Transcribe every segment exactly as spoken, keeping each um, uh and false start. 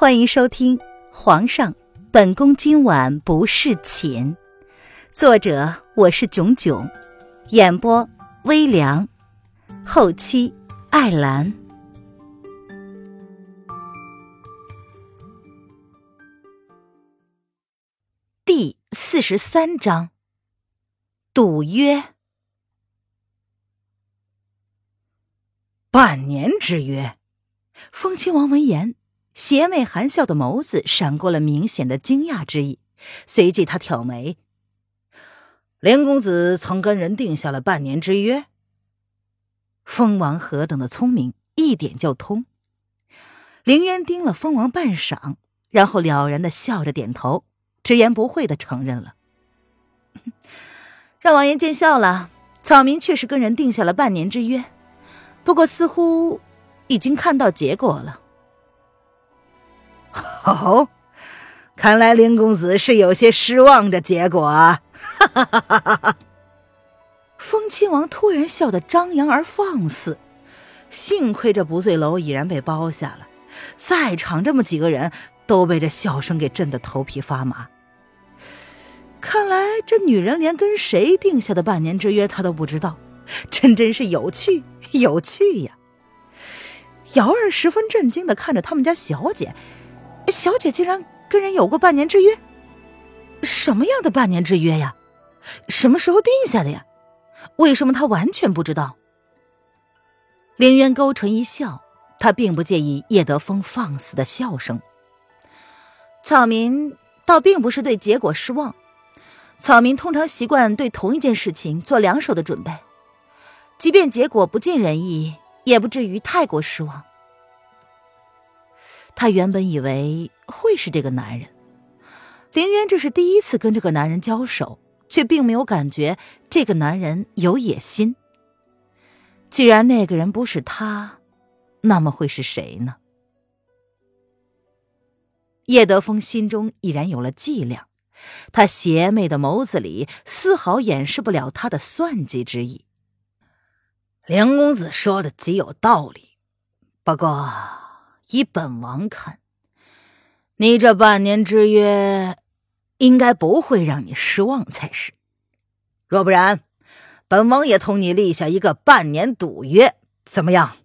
欢迎收听《皇上，本宫今晚不侍寝》，作者我是囧囧，演播微凉，后期艾兰。第四十三章，赌约。 半年之约。 风亲王闻言，邪魅含笑的眸子闪过了明显的惊讶之意，随即他挑眉： 凌公子曾跟人定下了半年之约？ 风王何等的聪明，一点就通。凌渊盯了风王半晌，然后了然的笑着点头，直言不讳的承认了。让王爷见笑了，草民确实跟人定下了半年之约，不过似乎已经看到结果了。 哦，看来凌公子是有些失望的结果啊！哈哈哈哈哈！ 风亲王突然笑得张扬而放肆，幸亏这不醉楼已然被包下了，在场这么几个人都被这笑声给震得头皮发麻。看来这女人连跟谁定下的半年之约她都不知道，真真是有趣有趣呀！瑶儿十分震惊地看着他们家小姐，小姐竟然跟人有过半年之约？什么样的半年之约呀？什么时候定下的呀？为什么她完全不知道？凌渊勾唇一笑，他并不介意叶德风放肆的笑声。草民倒并不是对结果失望，草民通常习惯对同一件事情做两手的准备，即便结果不尽人意，也不至于太过失望。他原本以为会是这个男人，凌渊这是第一次跟这个男人交手，却并没有感觉这个男人有野心。既然那个人不是他，那么会是谁呢？叶德风心中已然有了计量，他邪魅的眸子里丝毫掩饰不了他的算计之意。 凌公子说的极有道理，不过以本王看，你这半年之约应该不会让你失望才是。若不然，本王也同你立下一个半年赌约，怎么样？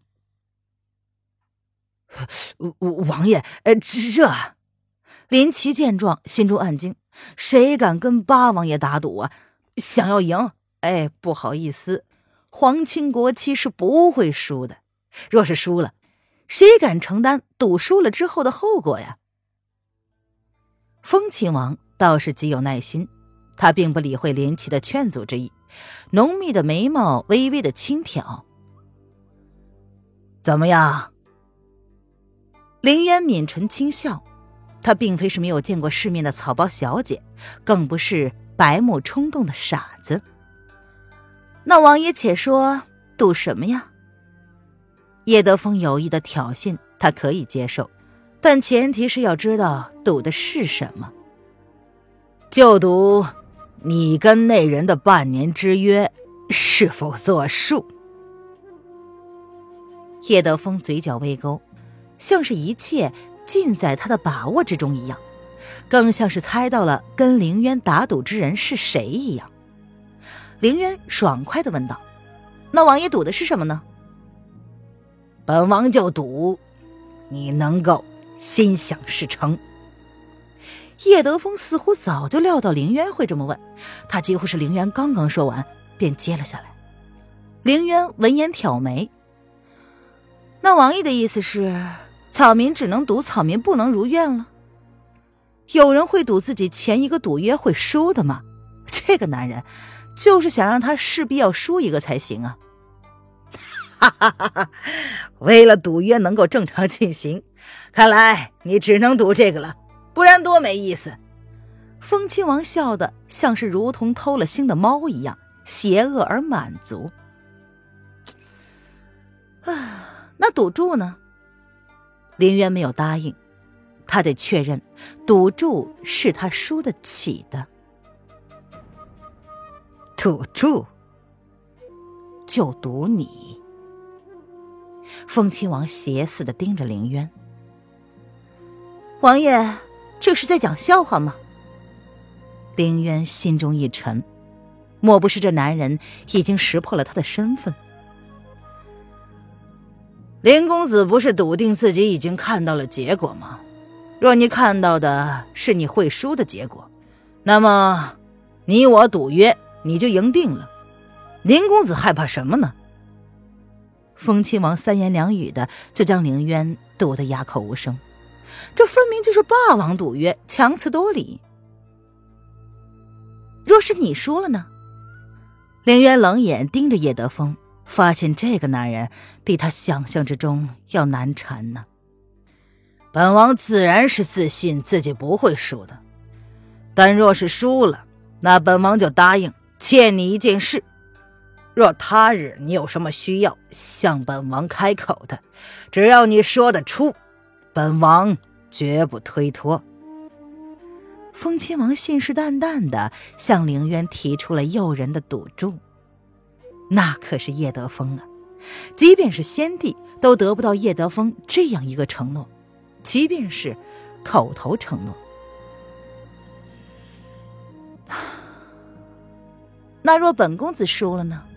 王爷，呃，这……林奇见状，心中暗惊，谁敢跟八王爷打赌啊？想要赢，哎，不好意思，皇亲国戚是不会输的。若是输了，谁敢承担赌输了之后的后果呀？风亲王倒是极有耐心，他并不理会林奇的劝阻之意，浓密的眉毛微微的轻挑。 怎么样？ 凌渊抿唇轻笑，他并非是没有见过世面的草包小姐，更不是白目冲动的傻子。那王爷且说赌什么呀？叶德风有意的挑衅他可以接受，但前提是要知道赌的是什么。 就赌你跟那人的半年之约是否作数。 叶德风嘴角微勾，像是一切尽在他的把握之中一样，更像是猜到了跟凌渊打赌之人是谁一样。凌渊爽快地问道：那王爷赌的是什么呢？ 本王就赌你能够心想事成。 叶德风似乎早就料到凌渊会这么问，他几乎是凌渊刚刚说完便接了下来。凌渊闻言挑眉：那王爷的意思是草民只能赌草民不能如愿了？有人会赌自己前一个赌约会输的吗？这个男人就是想让他势必要输一个才行啊！ 哈哈哈哈！为了赌约能够正常进行，看来你只能赌这个了，不然多没意思。 风亲王笑得像是如同偷了腥的猫一样，邪恶而满足。啊，那赌注呢？凌渊没有答应，他得确认赌注是他输得起的。 赌注？ 就赌你。风亲王斜似的盯着凌渊。 王爷，这是在讲笑话吗？凌渊心中一沉，莫不是这男人已经识破了他的身份？ 林公子不是笃定自己已经看到了结果吗？若你看到的是你会输的结果，那么你我赌约，你就赢定了。林公子害怕什么呢？ 风亲王三言两语的就将凌渊堵得哑口无声，这分明就是霸王赌约，强词夺理。若是你输了呢？凌渊冷眼盯着叶德风，发现这个男人比他想象之中要难缠呢。 本王自然是自信自己不会输的，但若是输了，那本王就答应欠你一件事。若他日你有什么需要向本王开口的，只要你说得出，本王绝不推脱。 风亲王信誓旦旦地向凌渊提出了诱人的赌注，那可是叶德风啊，即便是先帝都得不到叶德风这样一个承诺，即便是口头承诺。那若本公子输了呢？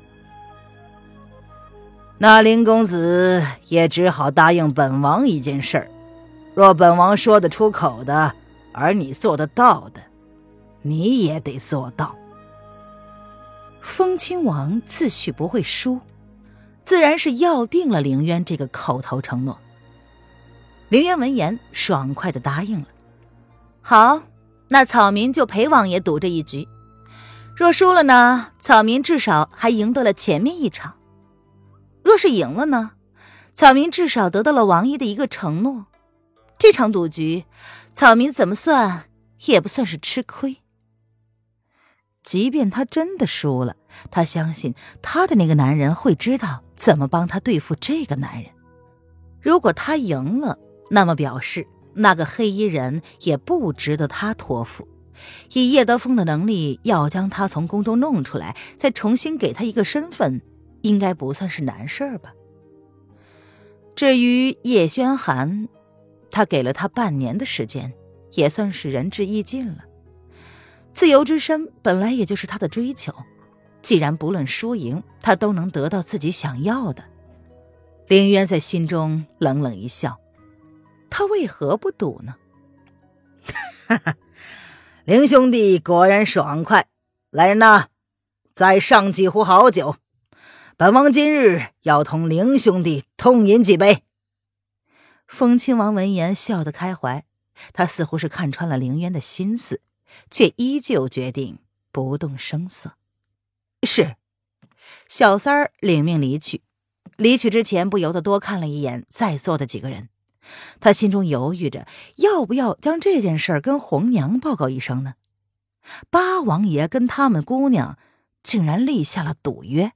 那林公子也只好答应本王一件事儿，若本王说得出口的，而你做得到的，你也得做到。 风亲王自诩不会输，自然是要定了凌渊这个口头承诺。凌渊闻言爽快地答应了。好，那草民就陪王爷赌这一局，若输了呢，草民至少还赢得了前面一场；若是赢了呢，草民至少得到了王爷的一个承诺。这场赌局，草民怎么算也不算是吃亏。即便他真的输了，他相信他的那个男人会知道怎么帮他对付这个男人。如果他赢了，那么表示那个黑衣人也不值得他托付。以叶德风的能力，要将他从宫中弄出来，再重新给他一个身份，应该不算是难事吧。至于叶轩寒，他给了他半年的时间，也算是仁至义尽了。自由之身本来也就是他的追求，既然不论输赢，他都能得到自己想要的。凌渊在心中冷冷一笑，他为何不赌呢？ 哈哈，凌兄弟果然爽快，来人呐，再上几壶好酒，本王今日要同凌兄弟痛饮几杯。 风亲王闻言笑得开怀，他似乎是看穿了凌渊的心思，却依旧决定不动声色。是。小三儿领命离去，离去之前不由得多看了一眼在座的几个人，他心中犹豫着要不要将这件事跟红娘报告一声呢？八王爷跟他们姑娘竟然立下了赌约。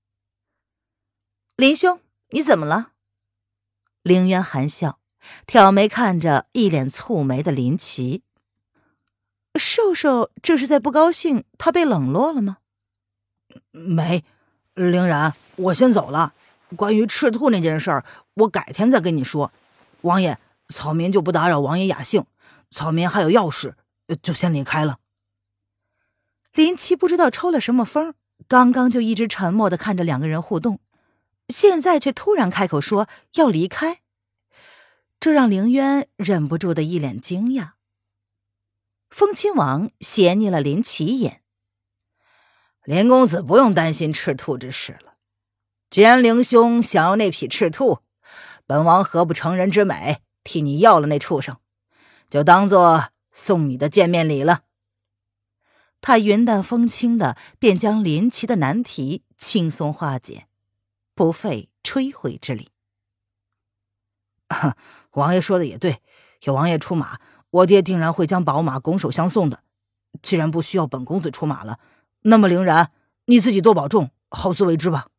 林兄，你怎么了？凌渊含笑，挑眉看着一脸蹙眉的林奇。瘦瘦这是在不高兴他被冷落了吗？ 没，凌然，我先走了。关于赤兔那件事儿，我改天再跟你说。王爷，草民就不打扰王爷雅兴，草民还有要事，就先离开了。 林奇不知道抽了什么风，刚刚就一直沉默地看着两个人互动，现在却突然开口说要离开，这让凌渊忍不住的一脸惊讶。风亲王斜睨了林奇一眼， 林公子不用担心赤兔之事了，既然凌兄想要那匹赤兔，本王何不成人之美，替你要了那畜生，就当作送你的见面礼了。 他云淡风轻的便将林奇的难题轻松化解，不费吹灰之力。 啊，王爷说的也对，有王爷出马，我爹定然会将宝马拱手相送的。既然不需要本公子出马了，那么凌然，你自己多保重，好自为之吧。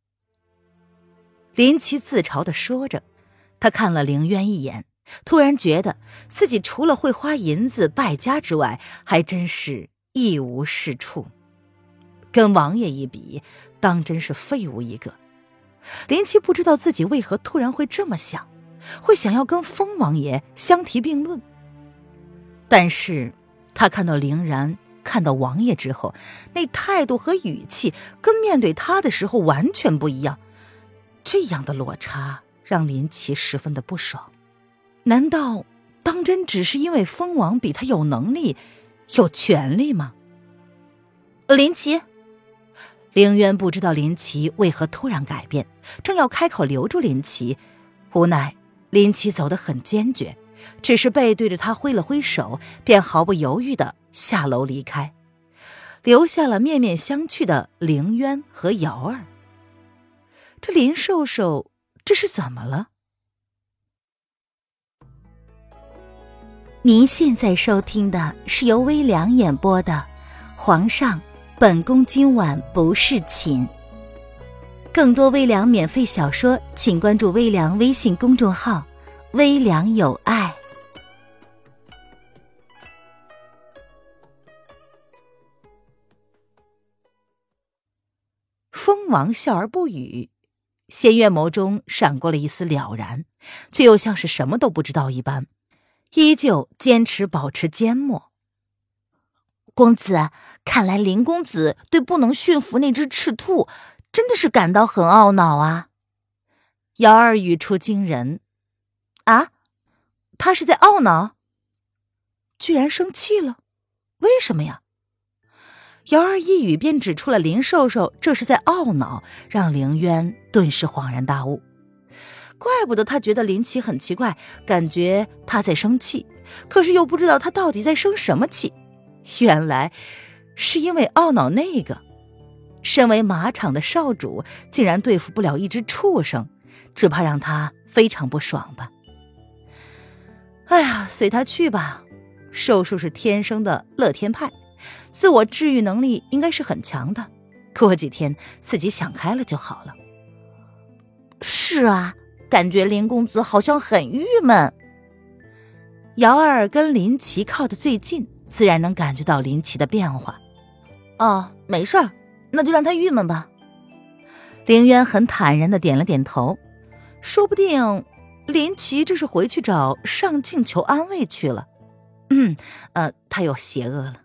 林奇自嘲地说着，他看了凌渊一眼，突然觉得自己除了会花银子败家之外，还真是一无是处，跟王爷一比，当真是废物一个。林奇不知道自己为何突然会这么想， 会想要跟风王爷相提并论。但是他看到凌然，看到王爷之后，那态度和语气跟面对他的时候完全不一样，这样的落差让林奇十分的不爽。难道当真只是因为风王比他有能力有权利吗？林奇，凌渊不知道林奇为何突然改变，正要开口留住林奇，无奈林奇走得很坚决，只是背对着他挥了挥手，便毫不犹豫地下楼离开，留下了面面相觑的凌渊和瑶儿。这林瘦瘦这是怎么了？您现在收听的是由微凉演播的《皇上，本宫今晚不是寝》。更多微凉免费小说，请关注微凉微信公众号“微凉有爱”。风王笑而不语，仙月眸中闪过了一丝了然，却又像是什么都不知道一般，依旧坚持保持缄默。公子，看来林公子对不能驯服那只赤兔真的是感到很懊恼啊。瑶儿语出惊人。啊？他是在懊恼？居然生气了？为什么呀？瑶儿一语便指出了林瘦瘦这是在懊恼，让凌渊顿时恍然大悟。怪不得他觉得林奇很奇怪，感觉他在生气，可是又不知道他到底在生什么气。原来是因为懊恼那个身为马场的少主竟然对付不了一只畜生，只怕让他非常不爽吧。哎呀，随他去吧。瘦瘦是天生的乐天派，自我治愈能力应该是很强的，过几天自己想开了就好了。是啊，感觉林公子好像很郁闷。瑶儿跟林奇靠得最近，自然能感觉到林奇的变化。哦，没事儿，那就让他郁闷吧。凌渊很坦然地点了点头，说不定林奇这是回去找上镜求安慰去了。嗯，呃，他又邪恶了。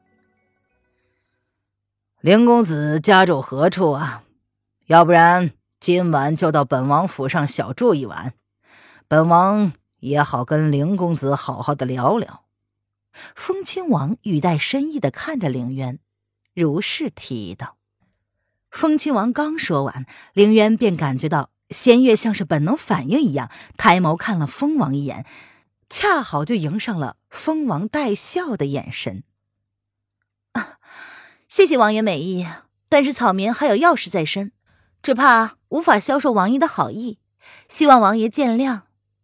凌公子家住何处啊？要不然今晚就到本王府上小住一晚，本王也好跟凌公子好好的聊聊。 风亲王语带深意地看着凌渊，如是提议道。风亲王刚说完，凌渊便感觉到仙月像是本能反应一样，抬眸看了风王一眼，恰好就迎上了风王带笑的眼神。啊，谢谢王爷美意，但是草民还有要事在身，只怕无法销售王爷的好意，希望王爷见谅。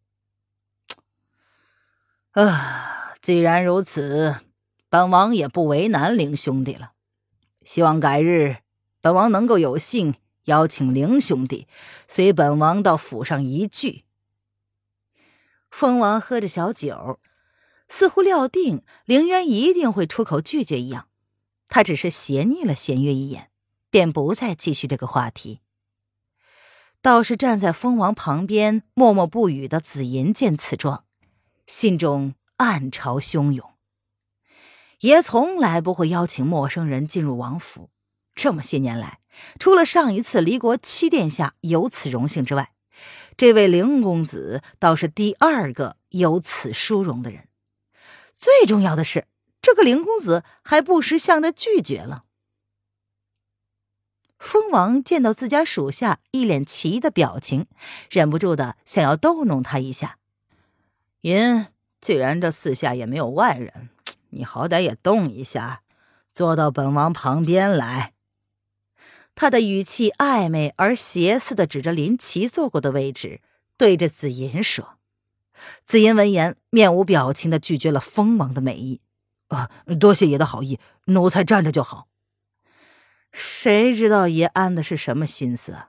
啊，既然如此，本王也不为难凌兄弟了。希望改日本王能够有幸邀请凌兄弟随本王到府上一聚。 风王喝着小酒，似乎料定凌渊一定会出口拒绝一样，他只是斜睨了弦月一眼，便不再继续这个话题。倒是站在风王旁边默默不语的紫银见此状，心中暗潮汹涌。爷从来不会邀请陌生人进入王府，这么些年来，除了上一次离国七殿下有此荣幸之外，这位凌公子倒是第二个有此殊荣的人。最重要的是，这个凌公子还不识相地拒绝了。风王见到自家属下一脸奇异的表情，忍不住的想要逗弄他一下。 银，既然这四下也没有外人，你好歹也动一下，坐到本王旁边来。 他的语气暧昧而邪肆地指着林奇坐过的位置，对着紫银说。紫银闻言，面无表情地拒绝了风王的美意。 啊，多谢爷的好意，奴才站着就好。 谁知道爷安的是什么心思啊？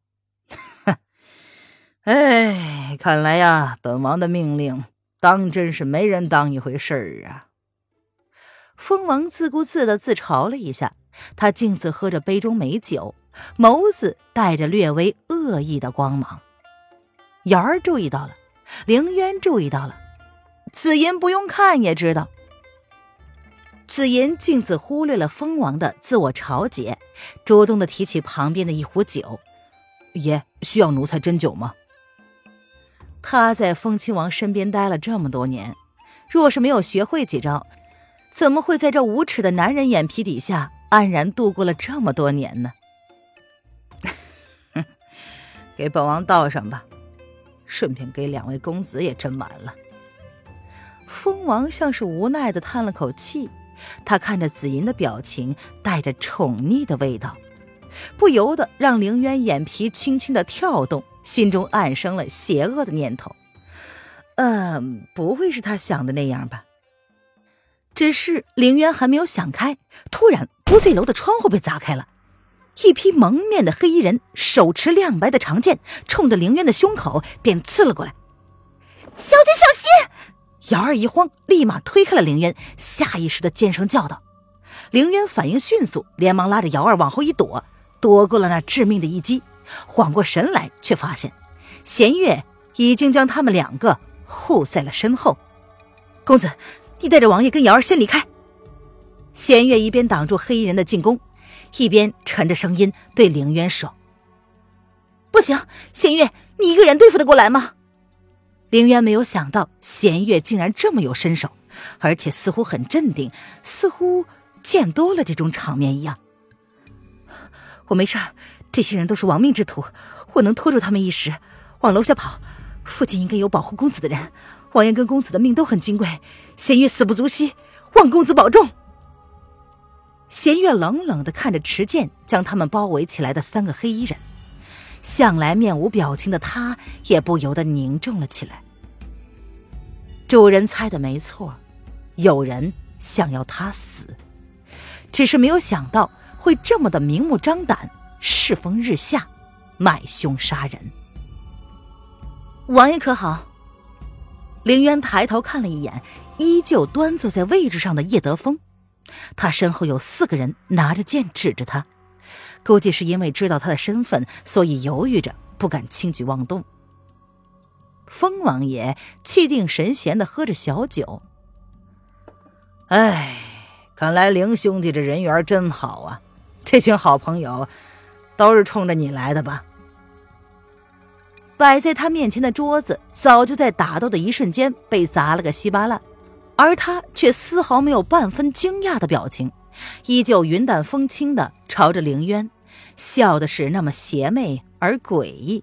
哎，看来呀，本王的命令当真是没人当一回事儿啊。 风王自顾自地自嘲了一下，他径自喝着杯中美酒，眸子带着略微恶意的光芒。瑶儿注意到了， 凌渊注意到了，紫银不用看也知道。紫银径自忽略了蜂王的自我嘲解，主动地提起旁边的一壶酒。 爷，需要奴才斟酒吗？ 他在风亲王身边待了这么多年，若是没有学会几招，怎么会在这无耻的男人眼皮底下安然度过了这么多年呢？ 给本王倒上吧，顺便给两位公子也斟完了。 蜂王像是无奈地叹了口气，他看着紫银的表情带着宠溺的味道，不由得让凌渊眼皮轻轻地跳动，心中暗生了邪恶的念头。呃，不会是他想的那样吧？只是凌渊还没有想开，突然不醉楼的窗户被砸开了，一匹蒙面的黑衣人手持亮白的长剑，冲着凌渊的胸口便刺了过来。小姐小心！瑶儿一慌，立马推开了凌渊，下意识的尖声叫道。凌渊反应迅速，连忙拉着瑶儿往后一躲，躲过了那致命的一击。缓过神来，却发现弦月已经将他们两个护在了身后。公子，你带着王爷跟瑶儿先离开。弦月一边挡住黑衣人的进攻，一边沉着声音对凌渊说：不行，弦月，你一个人对付得过来吗？凌渊没有想到弦月竟然这么有身手，而且似乎很镇定，似乎见多了这种场面一样。我没事儿，这些人都是亡命之徒，我能拖住他们一时。往楼下跑，附近应该有保护公子的人，王爷跟公子的命都很金贵，弦月死不足惜，望公子保重。弦月冷冷地看着持剑将他们包围起来的三个黑衣人，向来面无表情的他也不由得凝重了起来。主人猜得没错，有人想要他死，只是没有想到会这么的明目张胆，世风日下，买凶杀人。王爷可好？凌渊抬头看了一眼依旧端坐在位置上的叶德风，他身后有四个人拿着剑指着他，估计是因为知道他的身份，所以犹豫着不敢轻举妄动。风王爷气定神闲地喝着小酒。 哎，看来凌兄弟这人缘真好啊，这群好朋友都是冲着你来的吧？ 摆在他面前的桌子早就在打斗的一瞬间被砸了个稀巴烂，而他却丝毫没有半分惊讶的表情，依旧云淡风轻地朝着凌渊笑的是那么邪魅而诡异。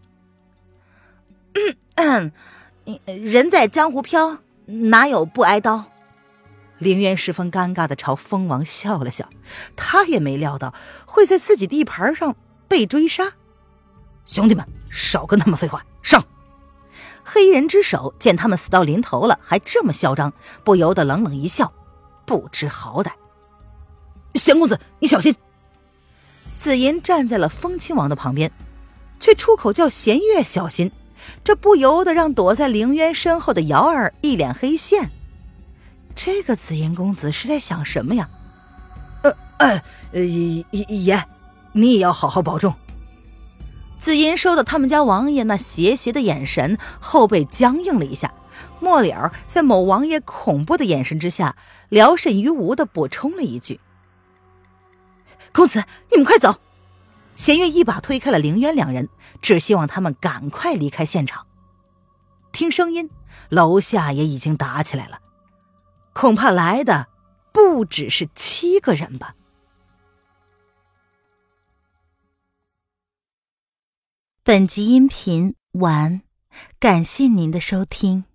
嗯嗯，人在江湖飘，哪有不挨刀？凌渊十分尴尬地朝蜂王笑了笑，他也没料到会在自己地盘上被追杀。 兄弟们，少跟他们废话，上！ 黑衣人之手见他们死到临头了，还这么嚣张，不由得冷冷一笑，不知好歹。 弦公子，你小心！ 紫银站在了风亲王的旁边，却出口叫弦月小心，这不由得让躲在凌渊身后的瑶儿一脸黑线。这个紫银公子是在想什么呀？ 呃呃呃，爷，你也要好好保重。 紫银收到他们家王爷那邪邪的眼神，后背僵硬了一下，末了在某王爷恐怖的眼神之下，聊胜于无地补充了一句：公子，你们快走！弦月一把推开了凌渊两人，只希望他们赶快离开现场。听声音，楼下也已经打起来了，恐怕来的不只是七个人吧。本集音频完，感谢您的收听。